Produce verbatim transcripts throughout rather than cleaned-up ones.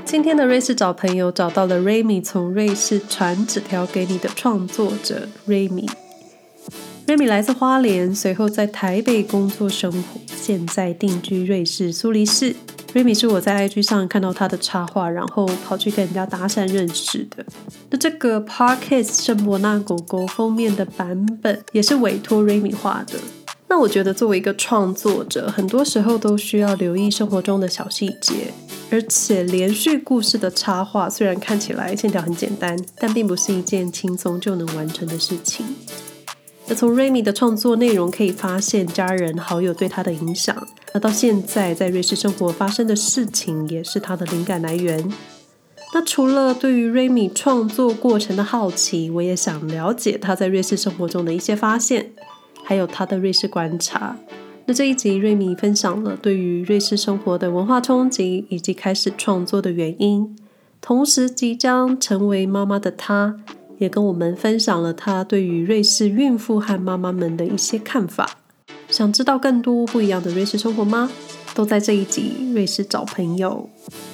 今天的瑞士找朋友找到了 Remy 从瑞士传纸条给你的创作者 Remy。Remy 来自花莲，随后在台北工作生活，现在定居瑞士苏黎世。Remy 是我在 I G 上看到他的插画，然后跑去跟人家搭讪认识的。那这个 Podcast 圣伯纳狗狗封面的版本也是委托 Remy 画的。那我觉得作为一个创作者，很多时候都需要留意生活中的小细节，而且连续故事的插画虽然看起来线条很简单，但并不是一件轻松就能完成的事情。那从 Remy 的创作内容可以发现家人好友对他的影响，那到现在在瑞士生活发生的事情也是他的灵感来源。那除了对于 Remy 创作过程的好奇，我也想了解他在瑞士生活中的一些发现，还有他的瑞士观察。那这一集瑞米分享了对于瑞士生活的文化冲击，以及开始创作的原因。同时即将成为妈妈的她，也跟我们分享了她对于瑞士孕妇和妈妈们的一些看法。想知道更多不一样的瑞士生活吗？都在这一集瑞士找朋友。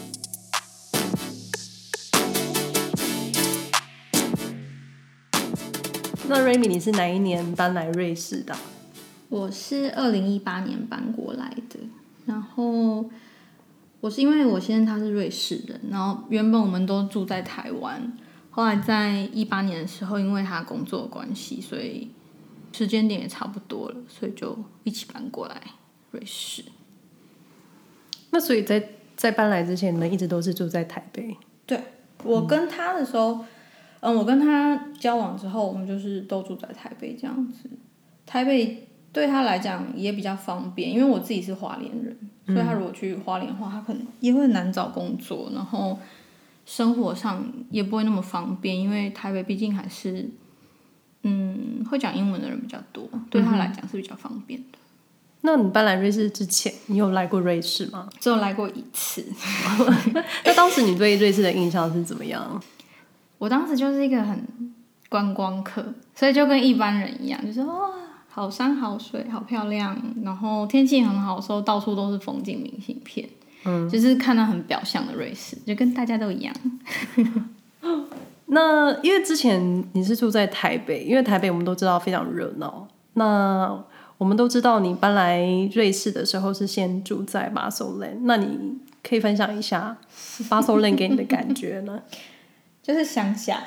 那 Remy 你是哪一年搬来瑞士的？ 我是二零一八年搬过来的，然后我是因为我先生他是瑞士人，然后原本我们都住在台湾，后来在一八年的时候，因为他工作的关系，所以时间点也差不多了，所以就一起搬过来瑞士。 那所以在在搬来之前，你们一直都是住在台北？ 对，我跟他的时候，嗯，我跟他交往之后，我们就是都住在台北这样子。台北对他来讲也比较方便，因为我自己是花莲人，所以他如果去花莲的话，他可能也会很难找工作，然后生活上也不会那么方便，因为台北毕竟还是嗯会讲英文的人比较多，对他来讲是比较方便的。 那你搬来瑞士之前，你有来过瑞士吗？ 只有来过一次。 那当时你对瑞士的印象是怎么样？ 我当时就是一个很观光客，所以就跟一般人一样，就是哇。好山好水好漂亮，然后天气很好的时候到处都是风景明信片，嗯，就是看到很表象的瑞士，就跟大家都一样。 那因为之前你是住在台北，因为台北我们都知道非常热闹，那我们都知道你搬来瑞士的时候是先住在巴塞兰，那你可以分享一下巴塞兰给你的感觉呢？ 就是乡下，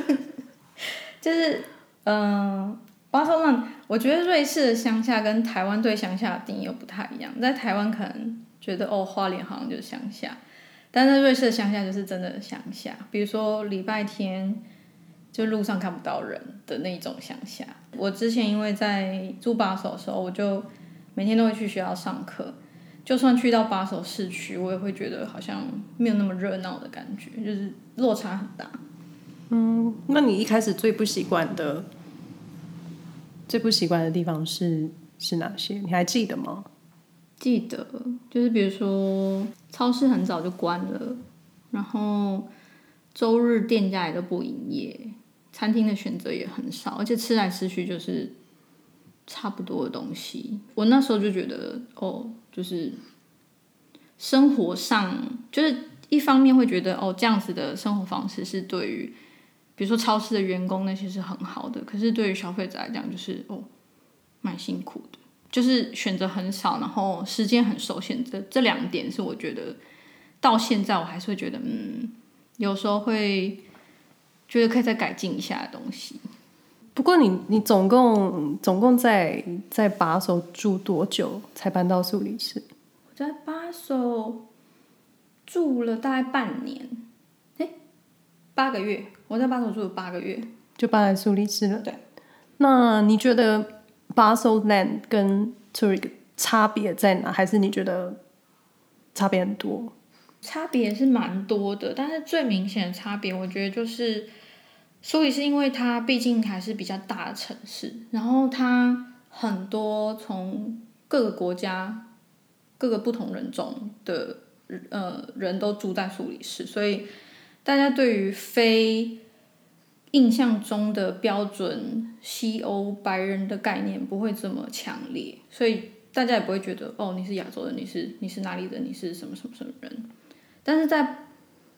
就是嗯。呃巴塞兰，我觉得瑞士的乡下跟台湾对乡下的定义又不太一样。在台湾可能觉得哦，花莲好像就是乡下，但是瑞士的乡下就是真的乡下。比如说礼拜天就路上看不到人的那种乡下。我之前因为在住巴塞的时候，我就每天都会去学校上课，就算去到巴塞市区，我也会觉得好像没有那么热闹的感觉，就是落差很大。 嗯，那你一开始最不习惯的？最不习惯的地方是是哪些？你还记得吗？ 记得，就是比如说超市很早就关了，然后周日店家也都不营业，餐厅的选择也很少，而且吃来吃去就是差不多的东西。我那时候就觉得，哦，就是生活上，就是一方面会觉得，哦，这样子的生活方式是对于。比如说超市的员工那些是很好的，可是对于消费者来讲就是哦，蛮辛苦的，就是选择很少，然后时间很受限，这这两点是我觉得到现在我还是会觉得嗯，有时候会觉得可以再改进一下的东西。 不过你你总共总共在在巴塞住多久才搬到苏黎世？ 我在巴塞住了大概半年，哎，八个月。我在巴塞住了八个月， 就搬来苏黎世了。 对， 那你觉得巴塞兰跟 Zurich 差别在哪？还是你觉得差别很多？ 差别是蛮多的，但是最明显的差别，我觉得就是苏黎世，因为它毕竟还是比较大的城市，然后它很多从各个国家、各个不同人种的呃人都住在苏黎世，所以。大家对于非印象中的标准西欧白人的概念不会这么强烈，所以大家也不会觉得哦你是亚洲人，你是你是哪里人，你是什么什么什么人。但是在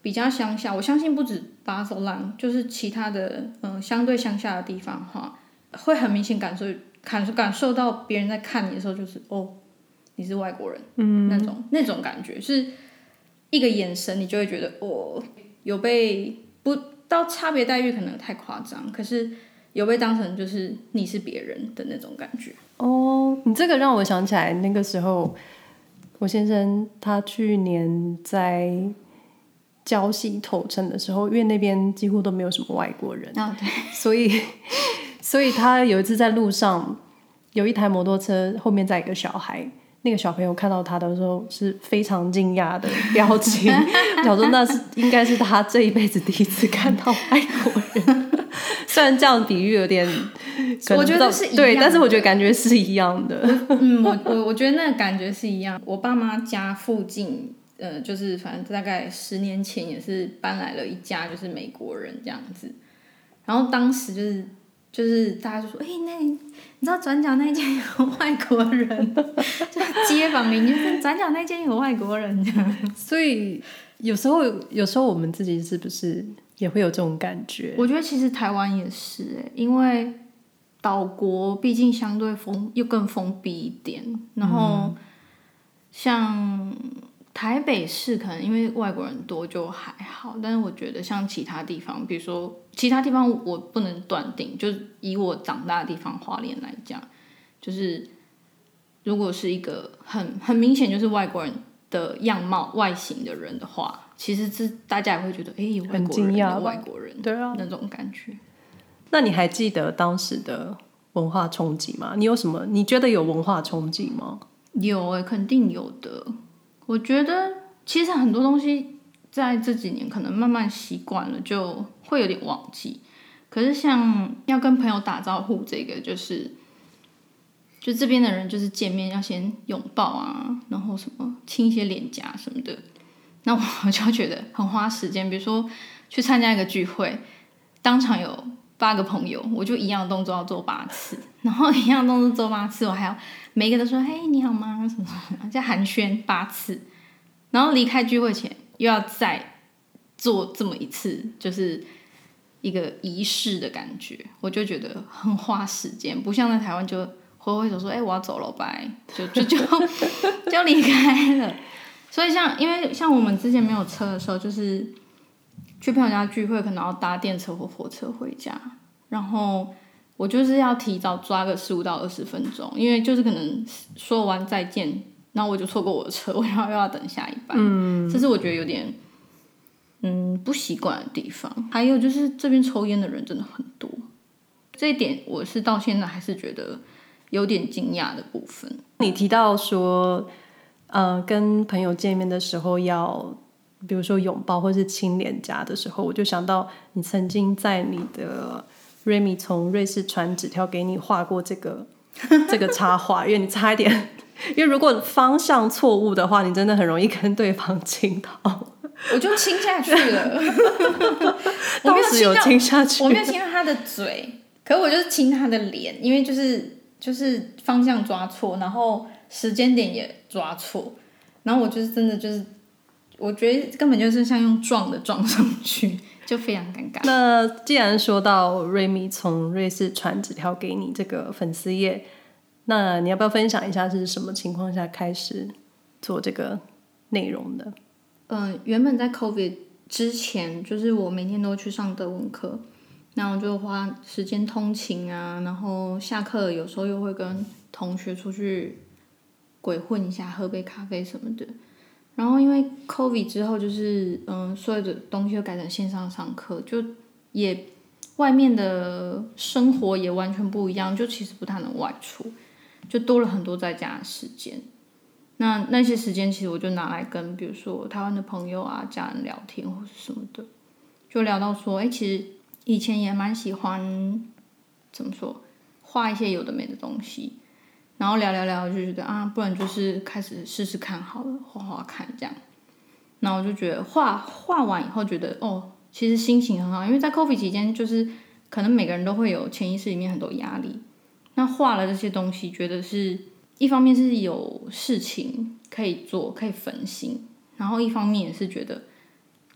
比较乡下，我相信不止巴塞朗，就是其他的嗯、呃、相对乡下的地方的话，会很明显感受感受感受到别人在看你的时候，就是哦你是外国人，嗯，那种那种感觉是一个眼神，你就会觉得哦有被不到差别待遇可能太夸张，可是有被当成就是你是别人的那种感觉。 哦，你这个让我想起来那个时候。我先生他去年在礁溪头城的时候，因为那边几乎都没有什么外国人， 哦、对， 所以所以他有一次在路上有一台摩托车后面载一个小孩，那个小朋友看到他的时候是非常惊讶的表情，想说那是应该是他这一辈子第一次看到外国人。虽然这样比喻有点， 我觉得是一样的， 对，但是我觉得感觉是一样的。 嗯，我我我觉得那个感觉是一样。我爸妈家附近，呃，就是反正大概十年前也是搬来了一家就是美国人这样子，然后当时就是就是大家就说，哎、欸，那你知道转角那间有外国人，就是街坊邻居说转角那间有外国人这样。 所以有时候有时候我们自己是不是也会有这种感觉？ 我觉得其实台湾也是哎、欸，因为岛国毕竟相对封又更封闭一点，然后像台北市可能因为外国人多就还好，但是我觉得像其他地方，比如说其他地方我不能断定，就是以我长大的地方花莲来讲，就是如果是一个很很明显就是外国人的样貌外形的人的话，其实是大家也会觉得哎、欸，有外国人，有外国人， 对啊， 那种感觉。 那你还记得当时的文化冲击吗？你有什么？你觉得有文化冲击吗？ 有诶、欸，肯定有的。我觉得其实很多东西在这几年可能慢慢习惯了，就会有点忘记。可是像要跟朋友打招呼，这个就是就这边的人就是见面要先拥抱啊，然后什么亲一些脸颊什么的。那我就觉得很花时间，比如说去参加一个聚会，当场有八个朋友，我就一样的动作要做八次，然后一样的动作做八次，我还要每一个都说嘿你好吗什么什么，再寒暄八次，然后离开聚会前又要再做这么一次，就是一个仪式的感觉，我就觉得很花时间，不像在台湾就挥挥手说哎、欸、我要走了拜，就就就就离开了。所以像因为像我们之前没有车的时候，就是去朋友家聚会，可能要搭电车或火车回家，然后我就是要提早抓个十五到二十分钟，因为就是可能说完再见，然后我就错过我的车，我要又要等下一班，嗯，这是我觉得有点嗯不习惯的地方。还有就是这边抽烟的人真的很多，这一点我是到现在还是觉得有点惊讶的部分。 你提到说，呃，跟朋友见面的时候要。比如说拥抱或是亲脸颊的时候，我就想到你曾经在你的 Remy 从瑞士传纸条给你画过这个这个插画，因为你差一点，因为如果方向错误的话，你真的很容易跟对方亲到。 我就亲下去了，我没有当时有亲下去， 我没有亲到他的嘴，可是我就是亲他的脸，因为就是就是方向抓错，然后时间点也抓错，然后我就是真的就是。我觉得根本就是像用撞的撞上去，就非常尴尬。 那既然说到 Remy 从瑞士传纸条给你这个粉丝页，那你要不要分享一下是什么情况下开始做这个内容的？ 嗯、呃，原本在 COVID 之前，就是我每天都去上德文课，然后就花时间通勤啊，然后下课有时候又会跟同学出去鬼混一下，喝杯咖啡什么的。然后因为 COVID 之后，就是嗯，所有的东西都改成线上上课，就也外面的生活也完全不一样，就其实不太能外出，就多了很多在家的时间。那那些时间其实我就拿来跟比如说台湾的朋友啊、家人聊天或是什么的，就聊到说，哎，其实以前也蛮喜欢怎么说，画一些有的没的东西。然后聊聊聊就觉得啊，不然就是开始试试看好了，画画看这样。然后我就觉得画画完以后觉得哦，其实心情很好，因为在 COVID 期间，就是可能每个人都会有潜意识里面很多压力。那画了这些东西，觉得是一方面是有事情可以做，可以分心，然后一方面也是觉得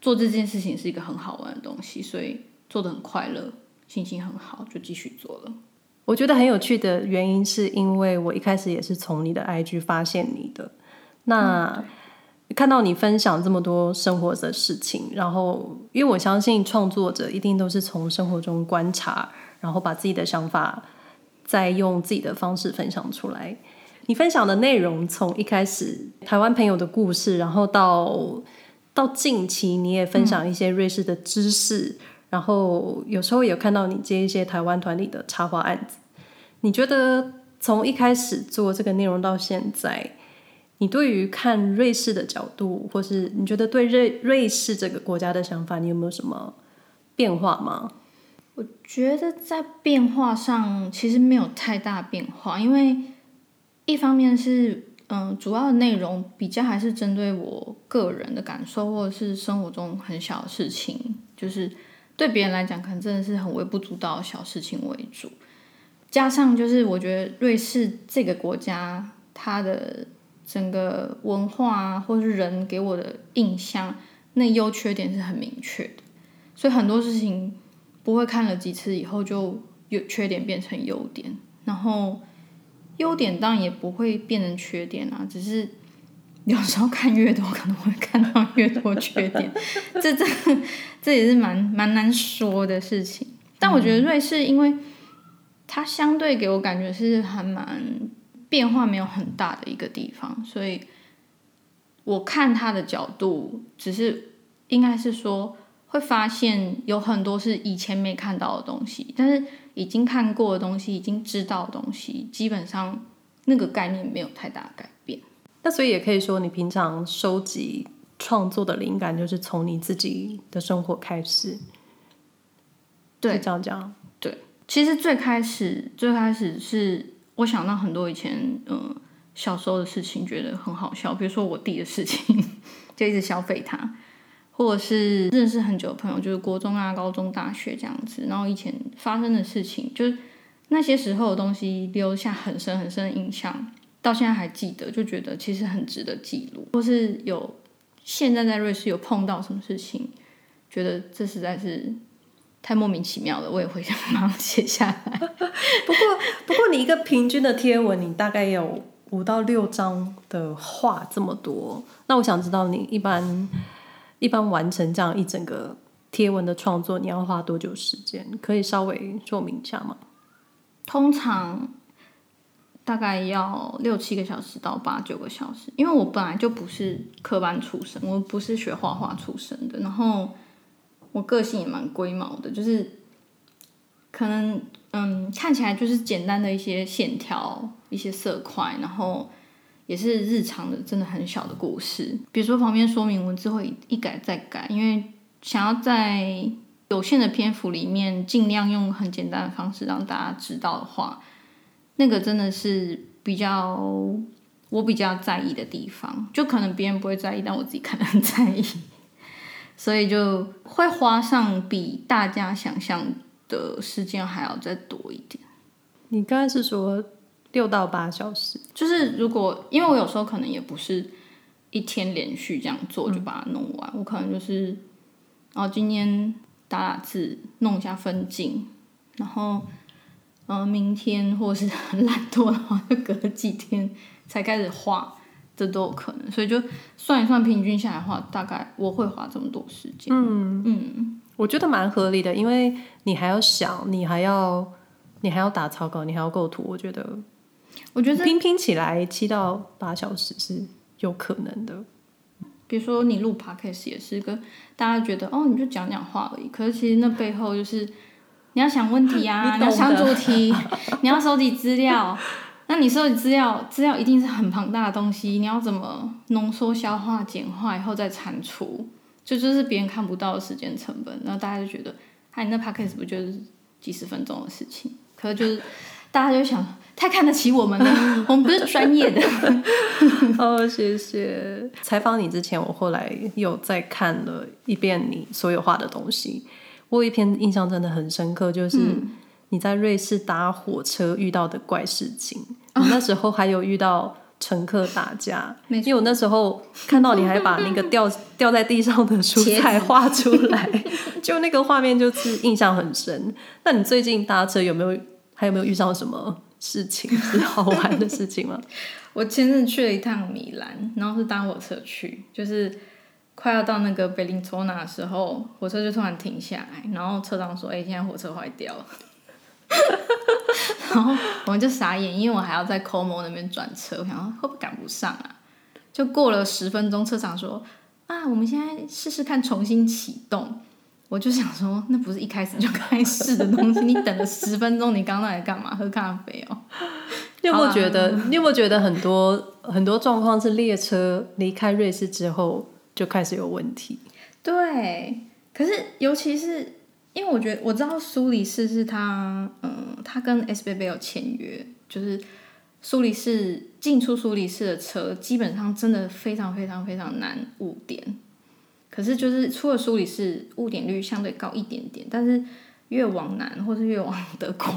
做这件事情是一个很好玩的东西，所以做得很快乐，心情很好，就继续做了。 我觉得很有趣的原因是因为我一开始也是从你的 I G 发现你的，那、嗯、看到你分享这么多生活的事情，然后因为我相信创作者一定都是从生活中观察，然后把自己的想法再用自己的方式分享出来。你分享的内容从一开始台湾朋友的故事，然后到到近期你也分享一些瑞士的知识、嗯，然后有时候有看到你接一些台湾团体的插画案子。你觉得从一开始做这个内容到现在，你对于看瑞士的角度，或是你觉得对 瑞, 瑞士这个国家的想法，你有没有什么变化吗？ 我觉得在变化上其实没有太大变化，因为一方面是嗯，主要的内容比较还是针对我个人的感受，或者是生活中很小的事情，就是对别人来讲可能真的是很微不足道的小事情为主。加上就是我觉得瑞士这个国家它的整个文化啊，或是人给我的印象，那优缺点是很明确的，所以很多事情不会看了几次以后就有缺点变成优点，然后优点当然也不会变成缺点啊，只是有时候看越多可能会看到越多缺点这这这也是蛮蛮难说的事情。但我觉得瑞士因为它相对给我感觉是还蛮变化没有很大的一个地方，所以我看它的角度只是应该是说会发现有很多是以前没看到的东西，但是已经看过的东西，已经知道的东西，基本上那个概念没有太大改变。 那所以也可以说你平常收集创作的灵感就是从你自己的生活开始。 对， 是这样讲。 对，其实最开始最开始是我想到很多以前呃小时候的事情，觉得很好笑，比如说我弟的事情就一直消费他，或者是认识很久的朋友，就是国中啊、高中、大学这样子，然后以前发生的事情，就是那些时候的东西留下很深很深的印象，到现在还记得，就觉得其实很值得记录。或是有现在在瑞士有碰到什么事情，觉得这实在是太莫名其妙了，我也会马上写下来。 不过，不过你一个平均的贴文，你大概有五到六张的话这么多，那我想知道你一般一般完成这样一整个贴文的创作，你要花多久时间？可以稍微说明一下吗？ 通常大概要六七个小时到八九个小时，因为我本来就不是科班出身，我不是学画画出身的，然后我个性也蛮龟毛的，就是可能嗯看起来就是简单的一些线条、一些色块，然后也是日常的真的很小的故事。比如说旁边说明文字会一改再改，因为想要在有限的篇幅里面尽量用很简单的方式让大家知道的话，那个真的是比较我比较在意的地方，就可能别人不会在意，但我自己可能很在意，所以就会花上比大家想象的时间还要再多一点。 你刚才是说六到八小时？ 就是如果因为我有时候可能也不是一天连续这样做就把它弄完，嗯、我可能就是哦今天打打字弄一下分镜，然后呃明天或者是很懒惰的话就隔几天才开始画，这都有可能，所以就算一算平均下来的话，大概我会花这么多时间。 嗯嗯，我觉得蛮合理的，因为你还要想，你还要你还要打草稿，你还要构图，我觉得我觉得拼拼起来七到八小时是有可能的。 比如说你录 podcast 也是跟大家觉得哦你就讲讲话而已，可是其实那背后就是你要想问题啊，你, 你要想主题，你要收集资料，那你收集资料资料一定是很庞大的东西，你要怎么浓缩消化简化以后再产出，这就, 就是别人看不到的时间成本，然后大家就觉得哎、啊、你那 podcast 不就是几十分钟的事情，可是就是大家就想太看得起我们了，我们不是专业的。 哦，谢谢。采访你之前，我后来有再看了一遍你所有画的东西。我有一篇印象真的很深刻，就是你在瑞士搭火车遇到的怪事情。嗯、你那时候还有遇到乘客打架， 没错因为我那时候看到你还把那个掉掉在地上的蔬菜画出来，就那个画面就是印象很深。那你最近搭车有没有还有没有遇上什么事情是好玩的事情吗？ 我前阵去了一趟米兰，然后是搭火车去，就是快要到那个贝林托纳的时候，火车就突然停下来，然后车长说：“哎、欸，现在火车坏掉了。”然后我们就傻眼，因为我还要在 Como 那边转车，我想说会不会赶不上啊？就过了十分钟，车长说：“啊，我们现在试试看重新启动。”我就想说，那不是一开始就该试的东西，你等了十分钟，你刚刚在干嘛？喝咖啡哦？ 你有没有觉得？你有没有觉得很多很多状况是列车离开瑞士之后就开始有问题？ 对，可是尤其是因为我觉得我知道苏黎世是他，嗯，他跟 S B B 有签约，就是苏黎世进出苏黎世的车基本上真的非常非常非常难误点。可是就是出了苏黎世误点率相对高一点点，但是越往南或是越往德国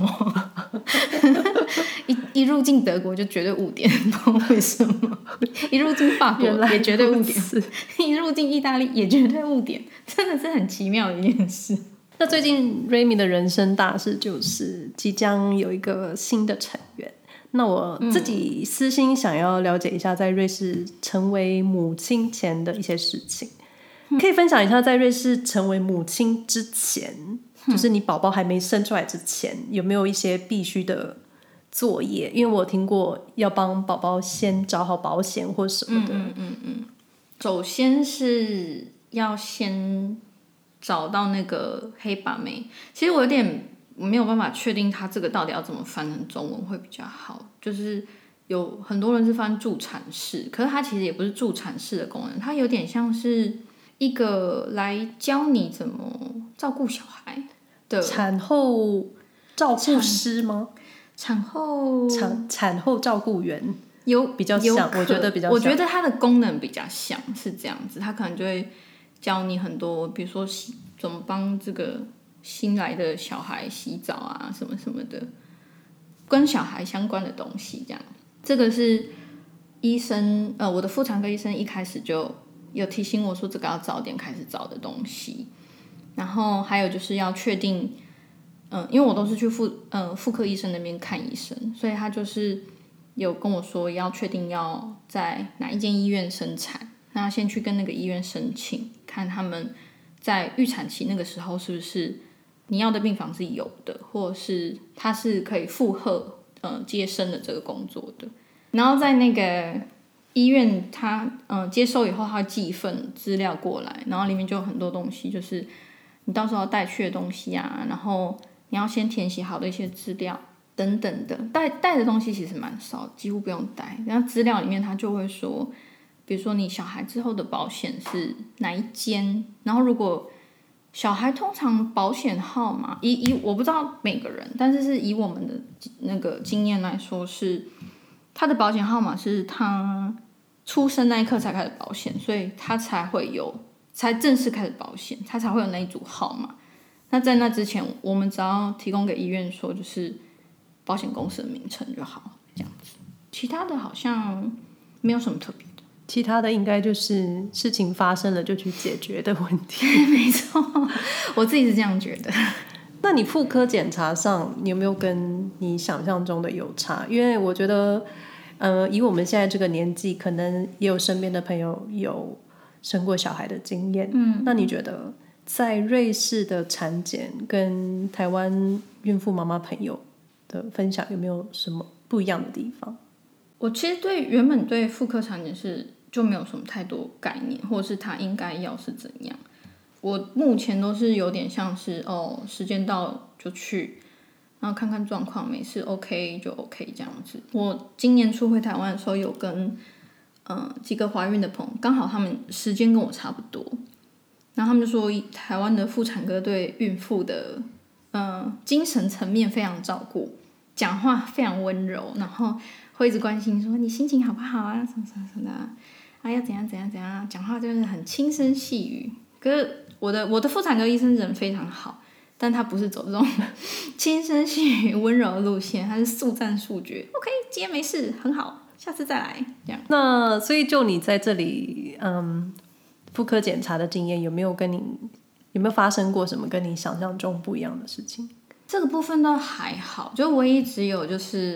一, 一入境德国就绝对误点，不知道为什么。一入境法国也绝对误点，一入境意大利也绝对误点，真的是很奇妙的一件事。 那最近 Remy 的人生大事就是即将有一个新的成员，那我自己私心想要了解一下在瑞士成为母亲前的一些事情，可以分享一下在瑞士成为母亲之前，就是你宝宝还没生出来之前有没有一些必须的作业？因为我有听过要帮宝宝先找好保险或什么的。 嗯嗯嗯，首先是要先找到那个黑把妹，其实我有点没有办法确定它这个到底要怎么翻成中文会比较好，就是有很多人是翻助产士，可是它其实也不是助产士的功能，它有点像是一个来教你怎么照顾小孩的产后照顾师吗？ 产后产产后照顾员有比较像，我觉得比较像。 我觉得它的功能比较像是这样子，它可能就会教你很多，比如说怎么帮这个新来的小孩洗澡啊，什么什么的，跟小孩相关的东西。这样，这个是医生，呃，我的妇产科医生一开始就有提醒我说，这个要早点开始找的东西。然后还有就是要确定，嗯、呃，因为我都是去妇呃妇科医生那边看医生，所以他就是有跟我说要确定要在哪一间医院生产，那先去跟那个医院申请，看他们在预产期那个时候是不是你要的病房是有的，或者是他是可以负荷呃接生的这个工作的。然后在那个医院他嗯、呃、接收以后，他会寄一份资料过来，然后里面就有很多东西，就是你到时候要带去的东西啊，然后你要先填写好的一些资料等等的。带带的东西其实蛮少，几乎不用带。然后资料里面他就会说，比如说你小孩之后的保险是哪一间，然后如果小孩通常保险号码以以我不知道每个人，但是是以我们的那个经验来说是。他的保险号码是他出生那一刻才开始保险，所以他才会有才正式开始保险，他才会有那一组号码。那在那之前，我们只要提供给医院说就是保险公司的名称就好，这样子。其他的好像没有什么特别的， 其他的应该就是事情发生了就去解决的问题。 没错，我自己是这样觉得。 那你妇科检查上，你有没有跟你想象中的有差？因为我觉得，呃，以我们现在这个年纪，可能也有身边的朋友有生过小孩的经验。嗯，那你觉得在瑞士的产检跟台湾孕妇妈妈朋友的分享有没有什么不一样的地方？ 我其实对原本对妇科产检是就没有什么太多概念，或者是它应该要是怎样。我目前都是有点像是哦，时间到就去，然后看看状况，没事 OK 就 OK 这样子。我今年初回台湾的时候，有跟呃几个怀孕的朋友，刚好他们时间跟我差不多，然后他们就说台湾的妇产科对孕妇的呃精神层面非常照顾，讲话非常温柔，然后会一直关心说你心情好不好啊，什么什么什么的啊，啊要怎样怎样怎样，讲话就是很轻声细语。可是我的我的妇产科医生人非常好，但他不是走这种轻声细语温柔的路线，他是速战速决。OK， 今天没事，很好，下次再来， 那所以就你在这里，嗯，妇科检查的经验，有没有跟你有没有发生过什么跟你想象中不一样的事情？ 这个部分倒还好，就唯一只有就是，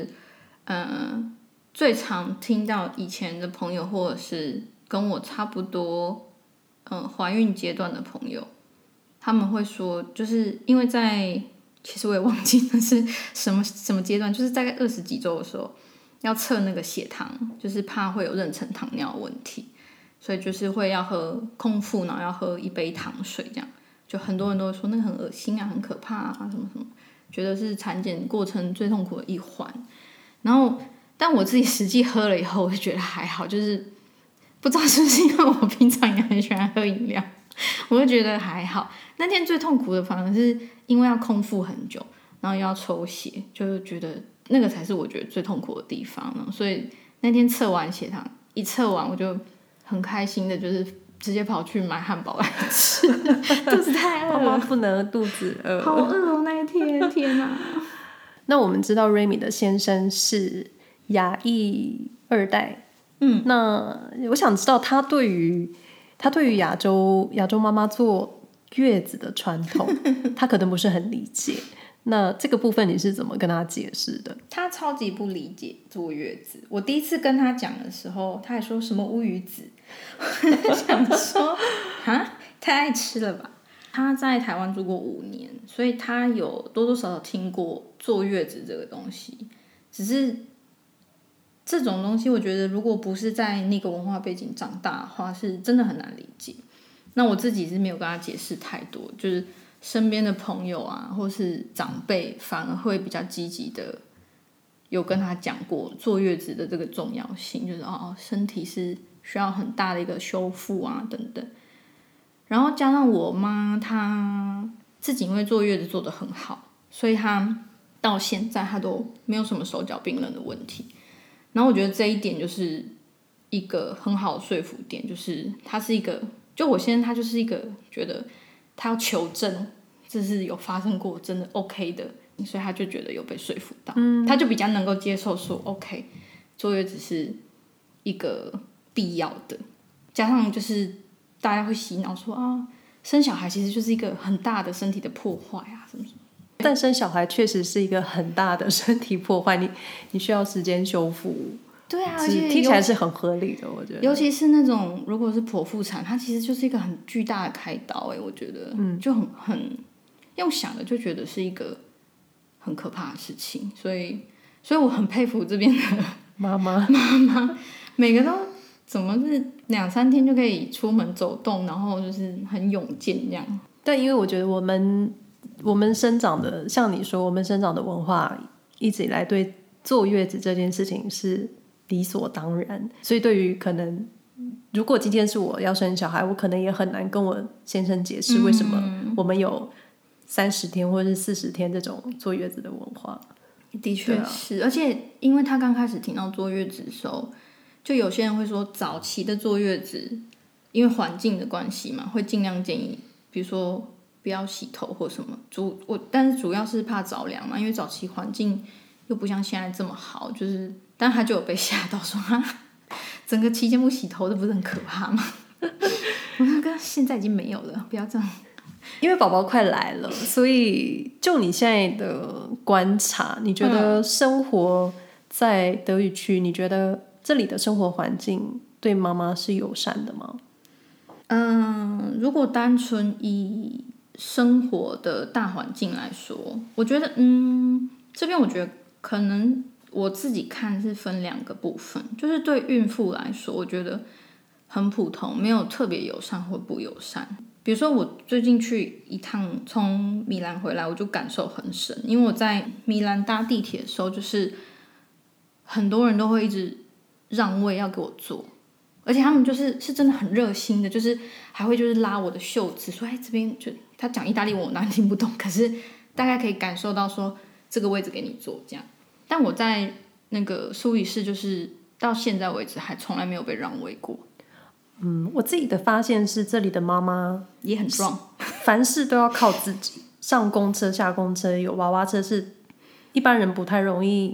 嗯，最常听到以前的朋友，或者是跟我差不多，嗯，怀孕阶段的朋友，他们会说，就是因为在其实我也忘记那是什么什么阶段，就是大概二十几周的时候要测那个血糖，就是怕会有妊娠糖尿的问题，所以就是会要喝空腹，然后要喝一杯糖水这样。就很多人都会说那个很恶心啊，很可怕啊，什么什么，觉得是产检过程最痛苦的一环。然后，但我自己实际喝了以后，我就觉得还好，就是不知道是不是因为我平常也很喜欢喝饮料，我就觉得还好。那天最痛苦的反而是因为要空腹很久，然后又要抽血，就觉得那个才是我觉得最痛苦的地方呢。所以那天测完血糖，一测完我就很开心的，就是直接跑去买汉堡来吃，肚子太饿了， 妈妈不能肚子饿， 好饿哦那一天，天哪！ 那我们知道 Remy 的先生是亚裔二代，嗯，那我想知道他对于他对于亚洲亚洲妈妈坐月子的传统，他可能不是很理解。那这个部分你是怎么跟他解释的？ 他超级不理解坐月子。我第一次跟他讲的时候，他还说什么乌鱼子，我想说啊，太爱吃了吧。他在台湾住过五年，所以他有多多少少听过坐月子这个东西。只是这种东西，我觉得如果不是在那个文化背景长大的话，是真的很难理解。那我自己是没有跟他解释太多，就是身边的朋友啊，或是长辈，反而会比较积极的有跟他讲过坐月子的这个重要性，就是哦，身体是需要很大的一个修复啊，等等。然后加上我妈，她自己因为坐月子做得很好，所以她到现在她都没有什么手脚冰冷的问题。然后我觉得这一点就是一个很好的说服点，就是他是一个，就我先生他就是一个觉得他要求证这是有发生过真的 OK 的，所以他就觉得有被说服到，嗯、他就比较能够接受说 OK 坐月子是一个必要的，加上就是大家会洗脑说啊，生小孩其实就是一个很大的身体的破坏啊，什么什么。 但生小孩确实是一个很大的身体破坏，你你需要时间修复。 对啊，而且听起来是很合理的，我觉得。 尤其是那种如果是剖腹产，它其实就是一个很巨大的开刀，哎，我觉得，嗯，就很很用想的就觉得是一个很可怕的事情，所以，所以我很佩服这边的妈妈妈妈，每个都怎么是两三天就可以出门走动，然后就是很勇健这样。 但因为我觉得我们我们生长的，像你说，我们生长的文化一直以来对坐月子这件事情是理所当然，所以对于可能如果今天是我要生小孩，我可能也很难跟我先生解释为什么我们有三十天或者是四十天这种坐月子的文化。 的确是、啊、而且因为他刚开始听到坐月子的时候，就有些人会说早期的坐月子因为环境的关系嘛，会尽量建议比如说不要洗头或什么，主我但是主要是怕着凉嘛，因为早期环境又不像现在这么好，就是但他就有被吓到说哈，整个期间不洗头，这不是很可怕吗？我说跟现在已经没有了，不要这样。 因为宝宝快来了，所以就你现在的观察，你觉得生活在德语区，你觉得这里的生活环境对妈妈是友善的吗？ 嗯，如果单纯以生活的大环境来说，我觉得，嗯，这边我觉得可能我自己看是分两个部分，就是对孕妇来说，我觉得很普通，没有特别友善或不友善。比如说我最近去一趟从米兰回来，我就感受很深，因为我在米兰搭地铁的时候，就是很多人都会一直让位要给我坐。而且他们就是是真的很热心的，就是还会就是拉我的袖子说，哎，这边就他讲意大利文我哪里听不懂，可是大概可以感受到说这个位置给你坐这样。但我在那个苏黎世就是到现在为止还从来没有被让位过。 嗯，我自己的发现是这里的妈妈也很壮， 凡事都要靠自己，上公车下公车有娃娃车是一般人不太容易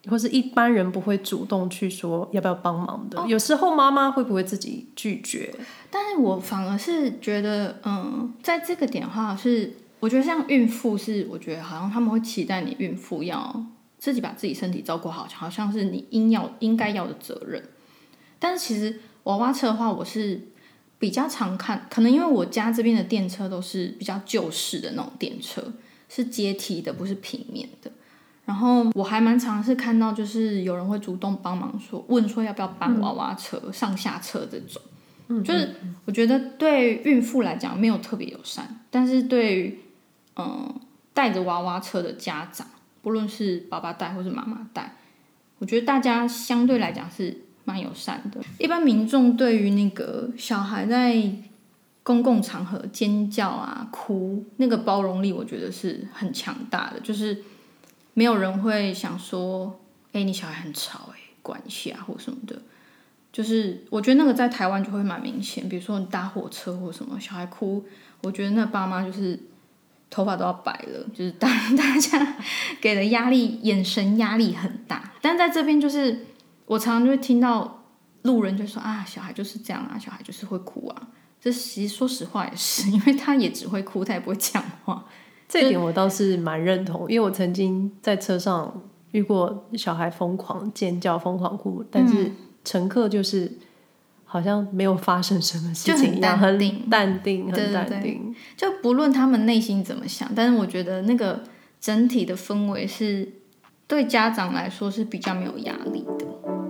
或是一般人不会主动去说要不要帮忙的。哦、有时候妈妈会不会自己拒绝？ 但是我反而是觉得，嗯，在这个点的话是，我觉得像孕妇是，我觉得好像他们会期待你孕妇要自己把自己身体照顾好，好像是你应要应该要的责任。但是其实娃娃车的话，我是比较常看，可能因为我家这边的电车都是比较旧式的那种电车，是阶梯的，不是平面的。然后我还蛮常是看到，就是有人会主动帮忙说，问说要不要搬娃娃车、嗯、上下车这种。嗯，就是我觉得对孕妇来讲没有特别友善，但是对于嗯带着娃娃车的家长，不论是爸爸带或是妈妈带，我觉得大家相对来讲是蛮友善的。一般民众对于那个小孩在公共场合尖叫啊、哭，那个包容力我觉得是很强大的，就是没有人会想说，哎、欸，你小孩很吵、欸，哎，管一下或什么的。就是我觉得那个在台湾就会蛮明显，比如说你搭火车或什么，小孩哭，我觉得那爸妈就是头发都要白了，就是大大家给的压力，眼神压力很大。但在这边就是我常常就会听到路人就说啊，小孩就是这样啊，小孩就是会哭啊。这其实说实话也是，因为他也只会哭，他也不会讲话。 这一点我倒是蛮认同，因为我曾经在车上遇过小孩疯狂尖叫、疯狂哭，但是乘客就是好像没有发生什么事情一样，很淡定，很淡定。 对对对，就不论他们内心怎么想，但是我觉得那个整体的氛围是对家长来说是比较没有压力的。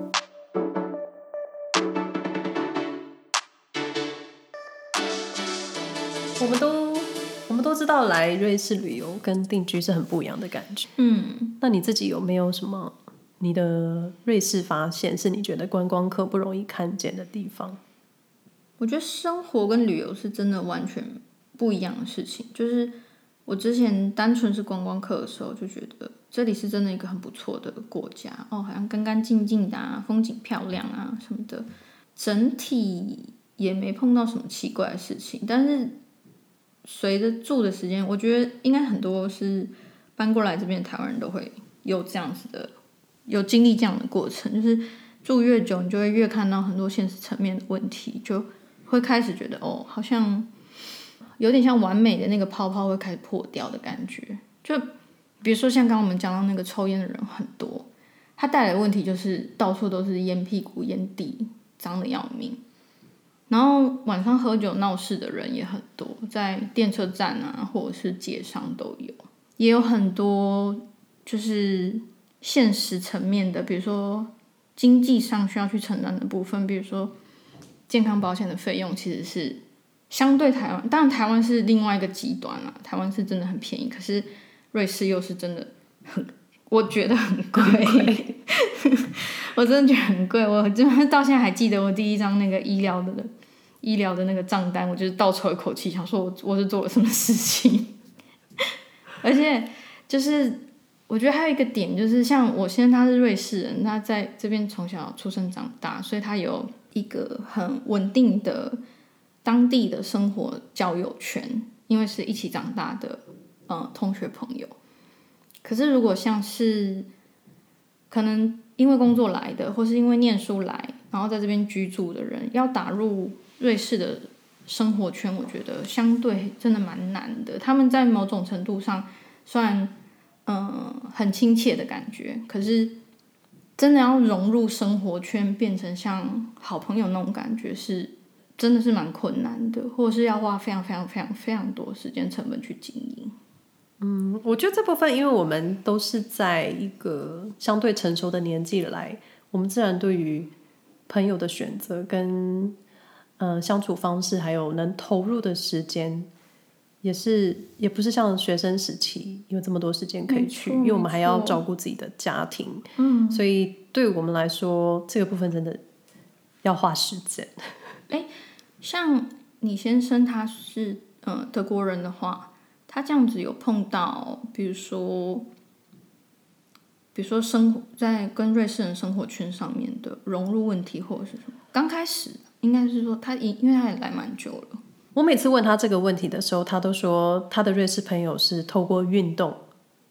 我们都我们都知道来瑞士旅游跟定居是很不一样的感觉。嗯，那你自己有没有什么你的瑞士发现是你觉得观光客不容易看见的地方？ 我觉得生活跟旅游是真的完全不一样的事情。就是我之前单纯是观光客的时候，就觉得这里是真的一个很不错的国家哦，好像干干净净的啊，风景漂亮啊什么的，整体也没碰到什么奇怪的事情。但是随着住的时间，我觉得应该很多是搬过来这边的台湾人都会有这样子的，有经历这样的过程，就是住越久，你就会越看到很多现实层面的问题，就会开始觉得哦，好像有点像完美的那个泡泡会开始破掉的感觉。就比如说像刚刚我们讲到那个抽烟的人很多，他带来的问题就是到处都是烟屁股、烟蒂，脏的要命。然后晚上喝酒闹事的人也很多，在电车站啊，或者是街上都有，也有很多就是现实层面的，比如说经济上需要去承担的部分，比如说健康保险的费用其实是相对台湾，当然台湾是另外一个极端啦，台湾是真的很便宜，可是瑞士又是真的很，我觉得很贵，我真的觉得很贵，我真的到现在还记得我第一张那个医疗的医疗的那个账单，我就是倒抽一口气，想说我我是做了什么事情。而且就是我觉得还有一个点，就是像我先生他是瑞士人，他在这边从小出生长大，所以他有一个很稳定的当地的生活交友圈，因为是一起长大的呃同学朋友。可是如果像是可能因为工作来的，或是因为念书来，然后在这边居住的人，要打入瑞士的生活圈，我觉得相对真的蛮难的。他们在某种程度上虽然嗯、呃、很亲切的感觉，可是真的要融入生活圈，变成像好朋友那种感觉，是真的是蛮困难的，或者是要花非常非常非常非常多时间成本去经营。 嗯，我觉得这部分，因为我们都是在一个相对成熟的年纪来，我们自然对于朋友的选择跟呃相处方式，还有能投入的时间，也是也不是像学生时期有这么多时间可以去，因为我们还要照顾自己的家庭，嗯，所以对我们来说，这个部分真的要花时间。 哎，像你先生他是呃德国人的话，他这样子有碰到，比如说，比如说生活在跟瑞士人生活圈上面的融入问题，或者是什么？刚开始应该是说他，因为他也来蛮久了。 我每次问他这个问题的时候，他都说他的瑞士朋友是透过运动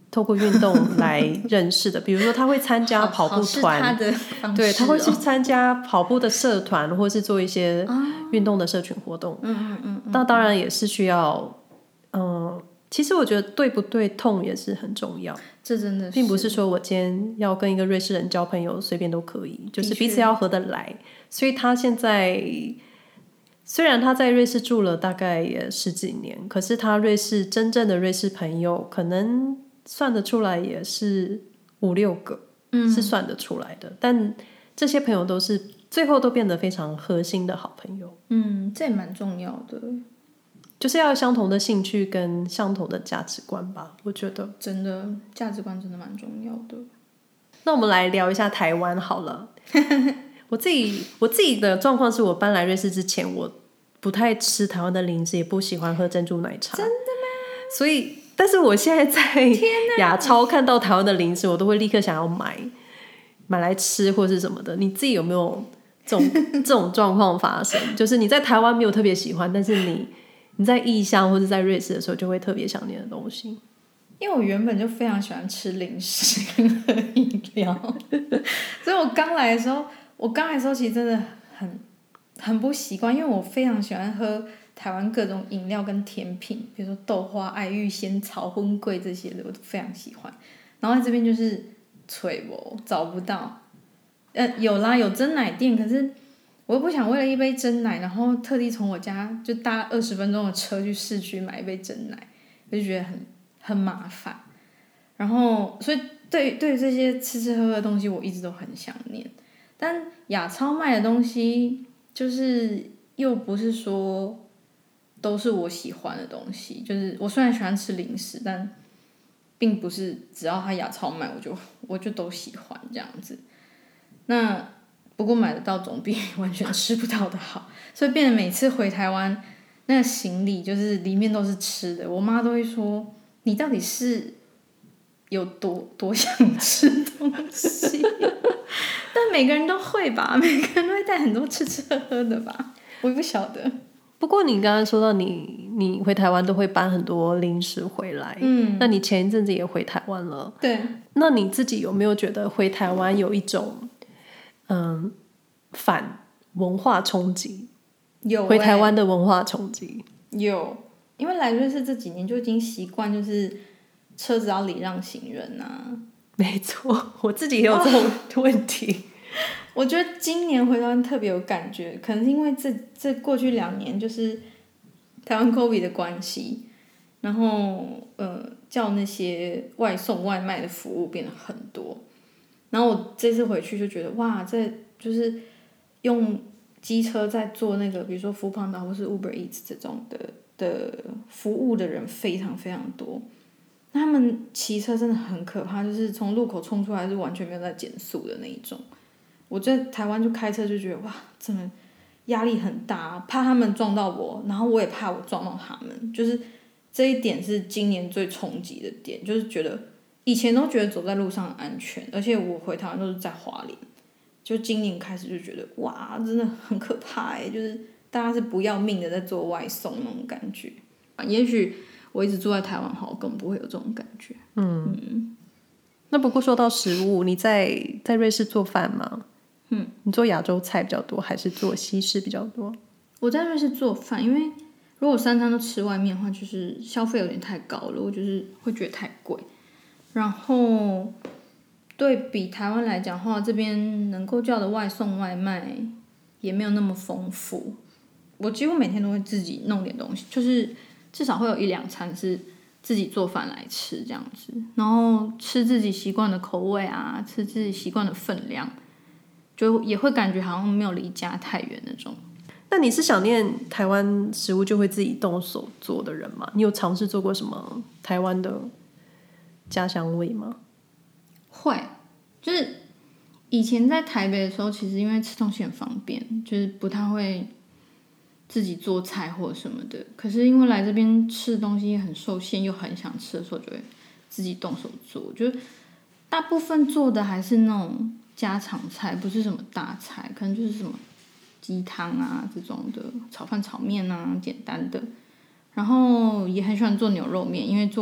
透过运动来认识的，比如说他会参加跑步团， 他的方式、哦、 对，他会去参加跑步的社团，或是做一些运动的社群活动。 嗯嗯嗯嗯， 那当然也是需要，嗯，其实我觉得对不对痛也是很重要。 这真的是， 并不是说我今天要跟一个瑞士人交朋友随便都可以，就是彼此要合得来。所以他现在虽然他在瑞士住了大概也十几年，可是他瑞士真正的瑞士朋友可能算得出来也是五六个、嗯、是算得出来的。但这些朋友都是最后都变得非常核心的好朋友。 嗯，这也蛮重要的， 就是要有相同的兴趣跟相同的价值观吧，我觉得真的价值观真的蛮重要的。 那我们来聊一下台湾好了。我自己我自己的状况是我搬来瑞士之前，我不太吃台湾的零食，也不喜欢喝珍珠奶茶。 真的吗？ 所以，但是我现在在亚超看到台湾的零食，我都会立刻想要买买来吃或是什么的。你自己有没有这种这种状况发生？就是你在台湾没有特别喜欢，但是你你在异乡或者在瑞士的时候，就会特别想念的东西。 因为我原本就非常喜欢吃零食跟喝饮料，所以我刚来的时候，我刚来的时候其实真的很很不习惯，因为我非常喜欢喝台湾各种饮料跟甜品，比如说豆花、爱玉仙草、荤桂这些的，我都非常喜欢。然后在这边就是吹不找不到，呃，有啦，有珍奶店，可是我又不想为了一杯珍奶，然后特地从我家就搭二十分钟的车去市区买一杯珍奶，我就觉得很很麻烦。然后，所以对对这些吃吃喝喝的东西，我一直都很想念。但亚超卖的东西，就是又不是说都是我喜欢的东西。就是我虽然喜欢吃零食，但并不是只要他亚超卖，我就我就都喜欢这样子。那不过买得到总比完全吃不到的好，所以变得每次回台湾，那个行李就是里面都是吃的。我妈都会说：“你到底是有多多想吃东西？”但每个人都会吧，每个人都会带很多吃吃喝喝的吧，我也不晓得。 不过你刚刚说到你你回台湾都会搬很多零食回来，嗯，那你前一阵子也回台湾了， 对， 那你自己有没有觉得回台湾有一种嗯反文化冲击？ 有、欸、 回台湾的文化冲击有，因为来瑞士这几年就已经习惯，就是车子要礼让行人啊。 没错，我自己也有这种问题。哦我觉得今年回台湾特别有感觉，可能是因为这这过去两年就是台湾 COVID 的关系，然后呃叫那些外送外卖的服务变得很多，然后我这次回去就觉得哇，这就是用机车在做那个，比如说 Foodpanda 或是 Uber Eats 这种的的服务的人非常非常多。他们骑车真的很可怕，就是从路口冲出来是完全没有在减速的那一种。我在台湾就开车就觉得哇，真的压力很大，怕他们撞到我，然后我也怕我撞到他们，就是这一点是今年最冲击的点，就是觉得以前都觉得走在路上很安全，而且我回台湾都是在花莲，就今年开始就觉得哇，真的很可怕哎，就是大家是不要命的在做外送那种感觉。也许我一直住在台湾好，我根本不会有这种感觉。嗯，嗯那不过说到食物，你在在瑞士做饭吗？嗯，你做亚洲菜比较多，还是做西式比较多？ 我在瑞士做饭，因为如果三餐都吃外面的话，就是消费有点太高了，我就是会觉得太贵。然后对比台湾来讲的话，这边能够叫的外送外卖也没有那么丰富。我几乎每天都会自己弄点东西，就是至少会有一两餐是自己做饭来吃这样子，然后吃自己习惯的口味啊，吃自己习惯的分量。就也会感觉好像没有离家太远那种。 那你是想念台湾食物就会自己动手做的人吗？你有尝试做过什么台湾的家乡味吗？ 会，就是以前在台北的时候，其实因为吃东西很方便，就是不太会自己做菜或什么的。可是因为来这边吃的东西很受限，又很想吃的时候，就会自己动手做。就大部分做的还是那种家常菜，不是什么大菜，可能就是什么鸡汤啊这种的，炒饭炒面啊简单的。然后也很喜欢做牛肉面，因为做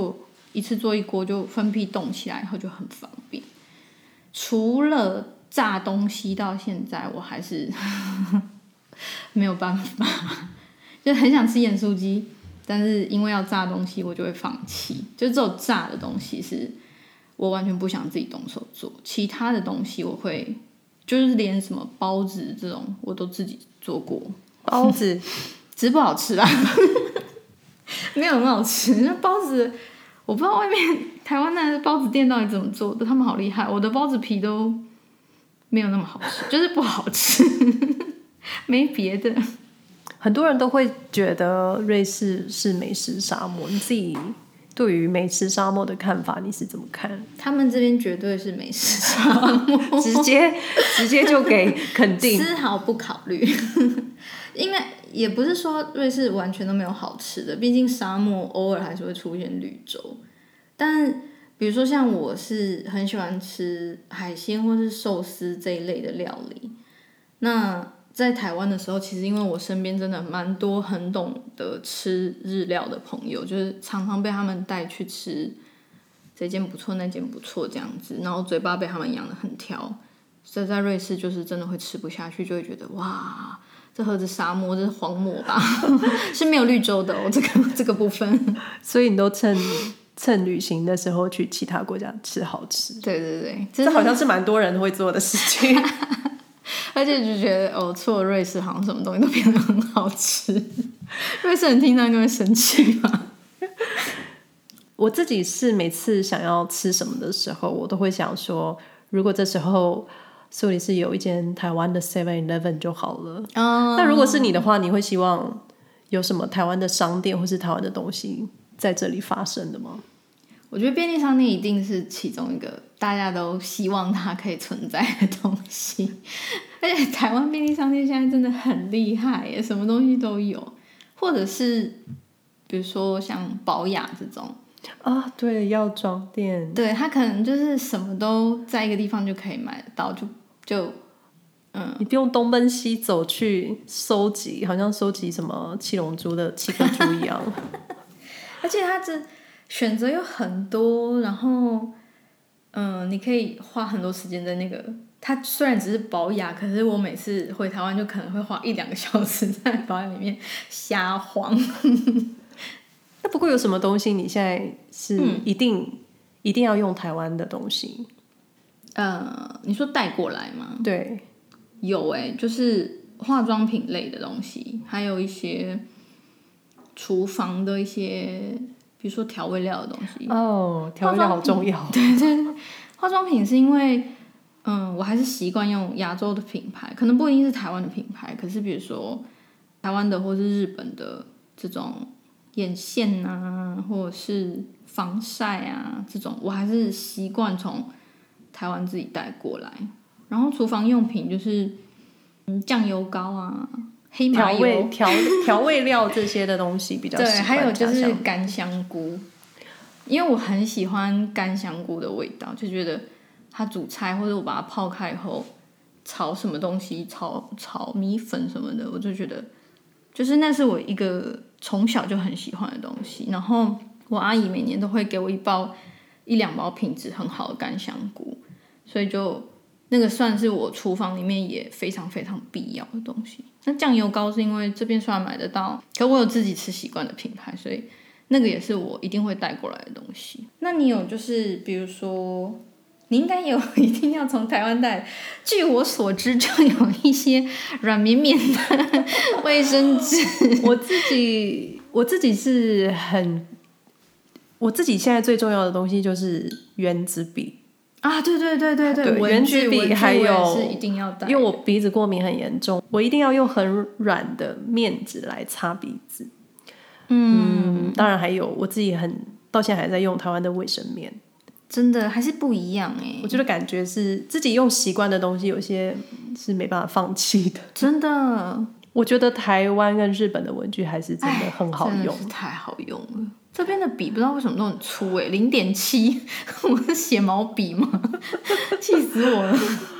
一次做一锅就分批冻起来，以后就很方便。除了炸东西，到现在我还是没有办法，就很想吃盐酥鸡，但是因为要炸东西，我就会放弃。就只有炸的东西是我完全不想自己动手做，其他的东西我会，就是连什么包子这种我都自己做过。 包子只是不好吃啦，没有很好吃。那包子我不知道外面台湾的包子店到底怎么做的，他们好厉害。我的包子皮都没有那么好吃，就是不好吃，没别的。 很多人都会觉得瑞士是美食沙漠，你自己对于美食沙漠的看法你是怎么看？ 他们这边绝对是美食沙漠， 直接直接就给肯定， 丝毫不考虑。因为也不是说瑞士完全都没有好吃的，毕竟沙漠偶尔还是会出现绿洲。但比如说像我是很喜欢吃海鲜或是寿司这一类的料理，那在台湾的时候，其实因为我身边真的蛮多很懂得吃日料的朋友，就是常常被他们带去吃这间不错那间不错这样子，然后嘴巴被他们养得很挑，所以在瑞士就是真的会吃不下去，就会觉得哇，这何止沙漠，这是荒漠吧？是没有绿洲的哦，这个这个部分。 所以你都趁趁旅行的时候去其他国家吃好吃。 对对对， 这好像是蛮多人会做的事情。 而且就觉得哦，出了瑞士好像什么东西都变得很好吃。瑞士人听到应该会生气吧？ 我自己是每次想要吃什么的时候，我都会想说，如果这时候苏黎世有一间台湾的 seven eleven 就好了。哦、那如果是你的话，你会希望有什么台湾的商店或是台湾的东西在这里发生的吗？ 我觉得便利商店一定是其中一个大家都希望它可以存在的东西，而且台湾便利商店现在真的很厉害耶，什么东西都有，或者是比如说像宝雅这种啊，对，药妆店， 对，它可能就是什么都在一个地方就可以买得到，就就嗯， 你不用东奔西走去收集，好像收集什么七龙珠的七颗珠一样。 而且它这选择有很多，然后嗯，你可以花很多时间在那个。它虽然只是宝雅，可是我每次回台湾就可能会花一两个小时在宝雅里面瞎晃。 那不过有什么东西你现在是一定、嗯、一定要用台湾的东西？ 呃，你说带过来吗？ 对， 有哎、欸，就是化妆品类的东西，还有一些厨房的一些，比如说调味料的东西。 哦，调味料好重要。 对对对，化妆品是因为。嗯，我还是习惯用亚洲的品牌，可能不一定是台湾的品牌，可是比如说台湾的或是日本的这种眼线啊，或者是防晒啊这种，我还是习惯从台湾自己带过来。然后厨房用品就是嗯酱油膏啊、黑麻油、 调味调调味料这些的东西比较喜欢。 对，还有就是干香菇，因为我很喜欢干香菇的味道，就觉得。它煮菜或者我把它泡开以后炒什么东西，炒炒米粉什么的，我就觉得就是那是我一个从小就很喜欢的东西。然后我阿姨每年都会给我一包一两包品质很好的干香菇，所以就那个算是我厨房里面也非常非常必要的东西。那酱油膏是因为这边虽然买得到，可我有自己吃习惯的品牌，所以那个也是我一定会带过来的东西。那你有就是比如说你应该有一定要从台湾带，据我所知就有一些软绵绵的卫生纸。 我自己我自己是很，我自己现在最重要的东西就是原子笔啊，对对对对对， 原子笔还有是一定要带， 因为我鼻子过敏很严重，我一定要用很软的面纸来擦鼻子。嗯, 嗯，当然还有我自己很到现在还在用台湾的卫生棉。 真的还是不一样哎、欸， 我觉得感觉是自己用习惯的东西，有些是没办法放弃的。 真的， 我觉得台湾跟日本的文具还是真的很好用， 真的是太好用了。这边的笔不知道为什么都很粗哎、欸，零点七，我是写毛笔吗？气死我了！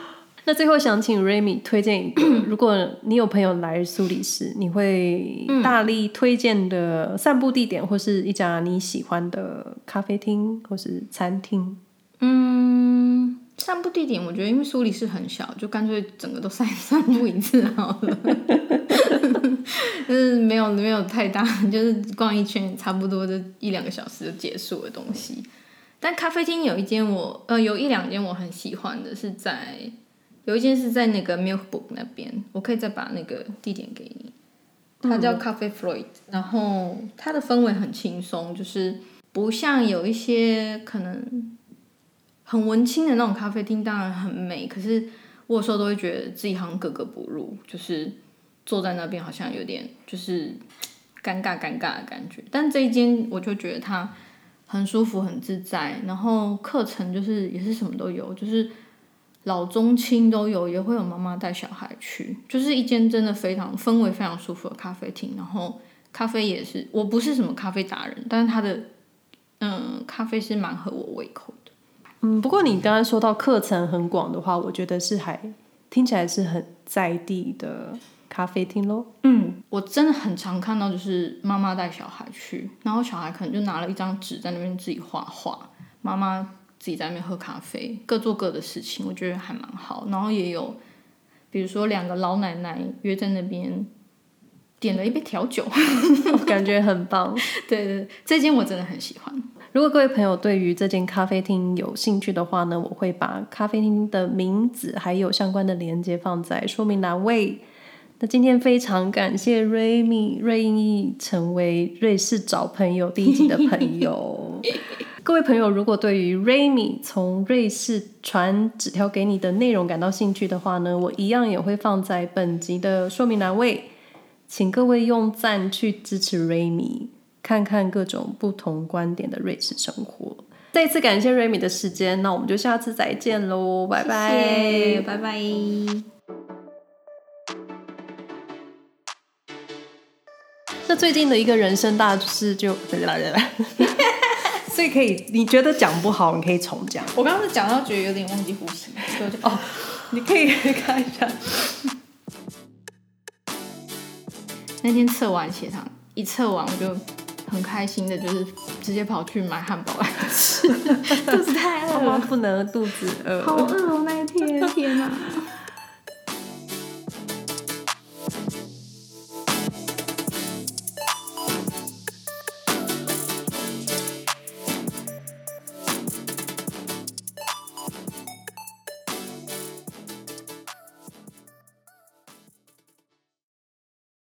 那最后想请 Remy 推荐一个，如果你有朋友来苏黎世，你会大力推荐的散步地点，或是一家你喜欢的咖啡厅或是餐厅？ 嗯，散步地点我觉得因为苏黎世很小，就干脆整个都散散步一次好了。就是没有没有太大，就是逛一圈差不多就一两个小时就结束的东西。但咖啡厅有一间我呃有一两间我很喜欢的，是在有一间是在那个 Milkbook 那边，我可以再把那个地点给你。它叫咖啡 Floyd，、嗯、然后它的氛围很轻松，就是不像有一些可能很文青的那种咖啡厅，当然很美，可是我有时候都会觉得自己好像格格不入，就是坐在那边好像有点就是尴尬尴尬的感觉。但这一间我就觉得它很舒服很自在，然后课程就是也是什么都有，就是老中青都有，也会有妈妈带小孩去，就是一间真的非常氛围非常舒服的咖啡厅。然后咖啡也是，我不是什么咖啡达人，但是它的嗯咖啡是蛮合我胃口的。 嗯，不过你刚刚说到课程很广的话，我觉得是还听起来是很在地的咖啡厅咯。 嗯，我真的很常看到就是妈妈带小孩去，然后小孩可能就拿了一张纸在那边自己画画，妈妈自己在那边喝咖啡，各做各的事情，我觉得还蛮好。然后也有比如说两个老奶奶约在那边点了一杯调酒， 感觉很棒。 对对，这间我真的很喜欢。 如果各位朋友对于这间咖啡厅有兴趣的话呢，我会把咖啡厅的名字还有相关的连接放在说明栏位。那今天非常感谢 Remy 瑞意成为瑞士找朋友第一集的朋友。各位朋友如果对于 Remy 从瑞士传纸条给你的内容感到兴趣的话呢，我一样也会放在本集的说明栏位，请各位用赞去支持 Remy， 看看各种不同观点的瑞士生活。再一次感谢 Remy 的时间，那我们就下次再见咯，拜拜。 谢谢，拜拜。 那最近的一个人生大事就所以可以，你觉得讲不好你可以重讲。 我刚刚是讲到觉得有点忘记呼吸，所以就哦，你可以看一下。 那天测完血糖，一测完我就很开心的，就是直接跑去买汉堡来吃，肚子太饿了， 不能肚子饿， 好饿哦那一天，天哪！